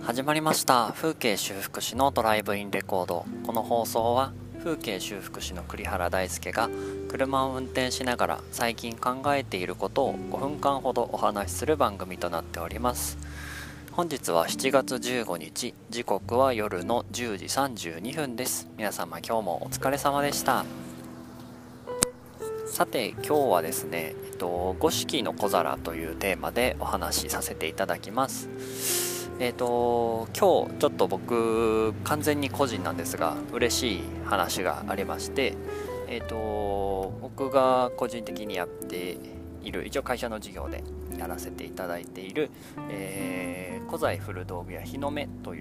始まりました。風景修復師のドライブインレコード。この放送は風景修復師の栗原大輔が車を運転しながら最近考えていることを5分間ほどお話しする番組となっております。本日は7月15日、時刻は夜の10時32分です。皆様今日もお疲れ様でした。さて今日はですね、五色の小皿というテーマでお話しさせていただきます。今日ちょっと僕完全に個人なんですが嬉しい話がありまして、僕が個人的にやっている一応会社の事業でやらせていただいている、古材古道具屋日の目という、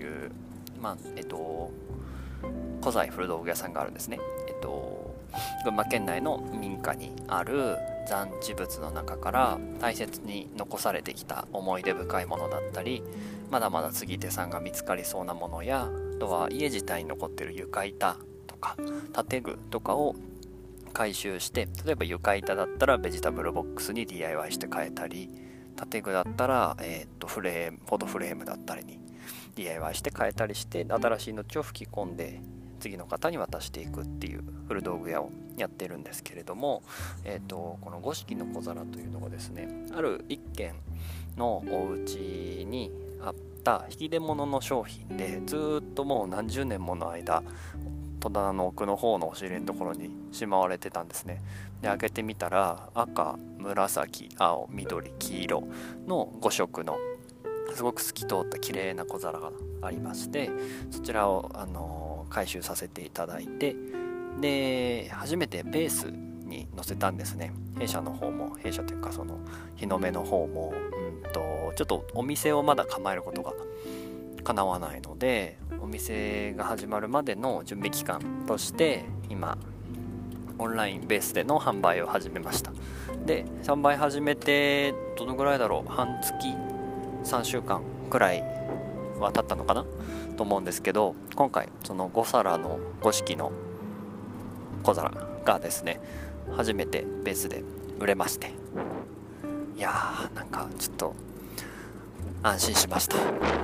古材古道具屋さんがあるんですね。群馬県内の民家にある残地物の中から大切に残されてきた思い出深いものだったり、まだまだ継ぎ手さんが見つかりそうなものや、あとは家自体に残っている床板とか建具とかを回収して、例えば床板だったらベジタブルボックスに DIY して変えたり、建具だったら、フォトフレームだったりに DIY して変えたりして、新しい命を吹き込んで次の方に渡していくっていう古道具屋をやってるんですけれども、この五色の小皿というのがですね、ある一軒のお家にあった引き出物の商品で、ずっともう何十年もの間戸棚の奥の方の押し入れのところにしまわれてたんですね。で開けてみたら赤、紫、青、緑、黄色の5色のすごく透き通った綺麗な小皿がありまして、そちらを回収させていただいて、で初めてベースに載せたんですね。弊社というかその日の目の方もちょっとお店をまだ構えることが叶わないので、お店が始まるまでの準備期間として今オンラインベースでの販売を始めました。で販売始めてどのぐらいだろう、半月3週間くらいは経ったのかなと思うんですけど、今回その5皿の5式の小皿がですね、初めてベースで売れまして、いやーなんかちょっと安心しました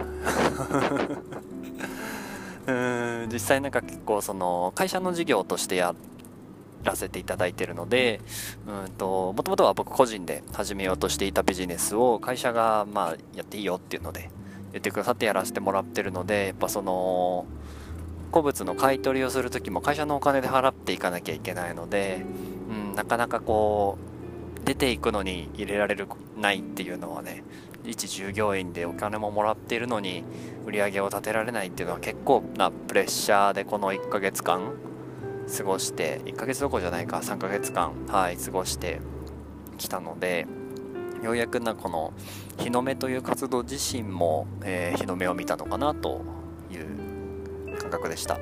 実際なんか結構その会社の事業としてやらせていただいているので、もともとは僕個人で始めようとしていたビジネスを会社がやっていいよっていうので言ってくださってやらせてもらってるので、やっぱその古物の買い取りをする時も会社のお金で払っていかなきゃいけないので、なかなかこう出ていくのに入れられるないっていうのはね、一従業員でお金ももらっているのに売り上げを立てられないっていうのは結構なプレッシャーで、この1ヶ月間過ごして、1ヶ月どころじゃないか3ヶ月間過ごしてきたので、ようやくこの日の目という活動自身も、日の目を見たのかなという感覚でした。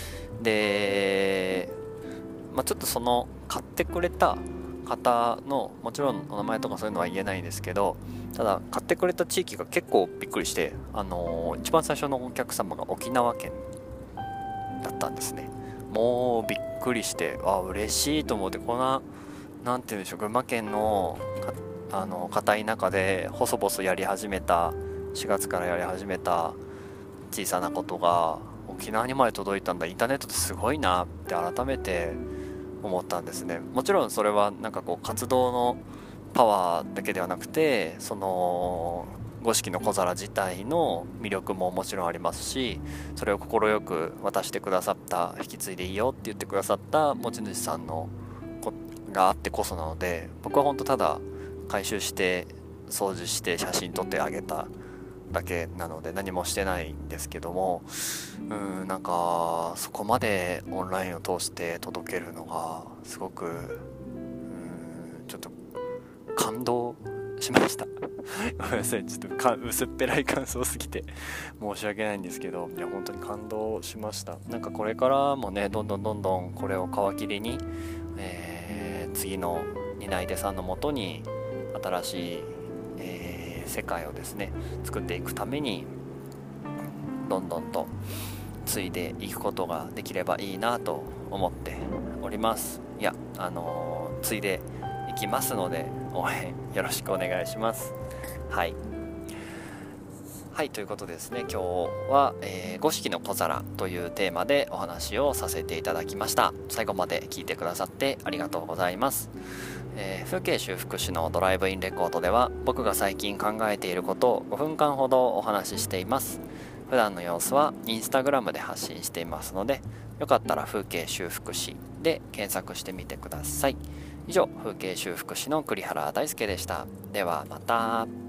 で、ちょっとその買ってくれた方のもちろんお名前とかそういうのは言えないんですけど、ただ買ってくれた地域が結構びっくりして、一番最初のお客様が沖縄県だったんですね。もうびっくりして、嬉しいと思って、こんななんていうんでしょう、群馬県の片田舎で細々やり始めた、4月からやり始めた小さなことが沖縄にまで届いたんだ、インターネットってすごいなって改めて思ったんですね。もちろんそれはなんかこう活動のパワーだけではなくて、その五色の小皿自体の魅力ももちろんありますし、それを快く渡してくださった、引き継いでいいよって言ってくださった持ち主さんのがあってこそなので、僕は本当ただ回収して掃除して写真撮ってあげただけなので何もしてないんですけども、なんかそこまでオンラインを通して届けるのがすごくちょっと感動しましたごめんなさい、ちょっと薄っぺらい感想すぎて申し訳ないんですけど、いや本当に感動しました。なんかこれからもね、どんどんこれを皮切りに、次の担い手さんのもとに新しい、世界をですね作っていくためにどんどんと継いでいくことができればいいなと思っております。いや継いでいきますので応援よろしくお願いします。はい、 はい、ということでですね、今日は、五色の小皿というテーマでお話をさせていただきました。最後まで聞いてくださってありがとうございます。風景修復師のドライブインレコードでは、僕が最近考えていることを5分間ほどお話ししています。普段の様子はインスタグラムで発信していますので、よかったら風景修復師で検索してみてください。以上、風景修復師の栗原大輔でした。ではまた。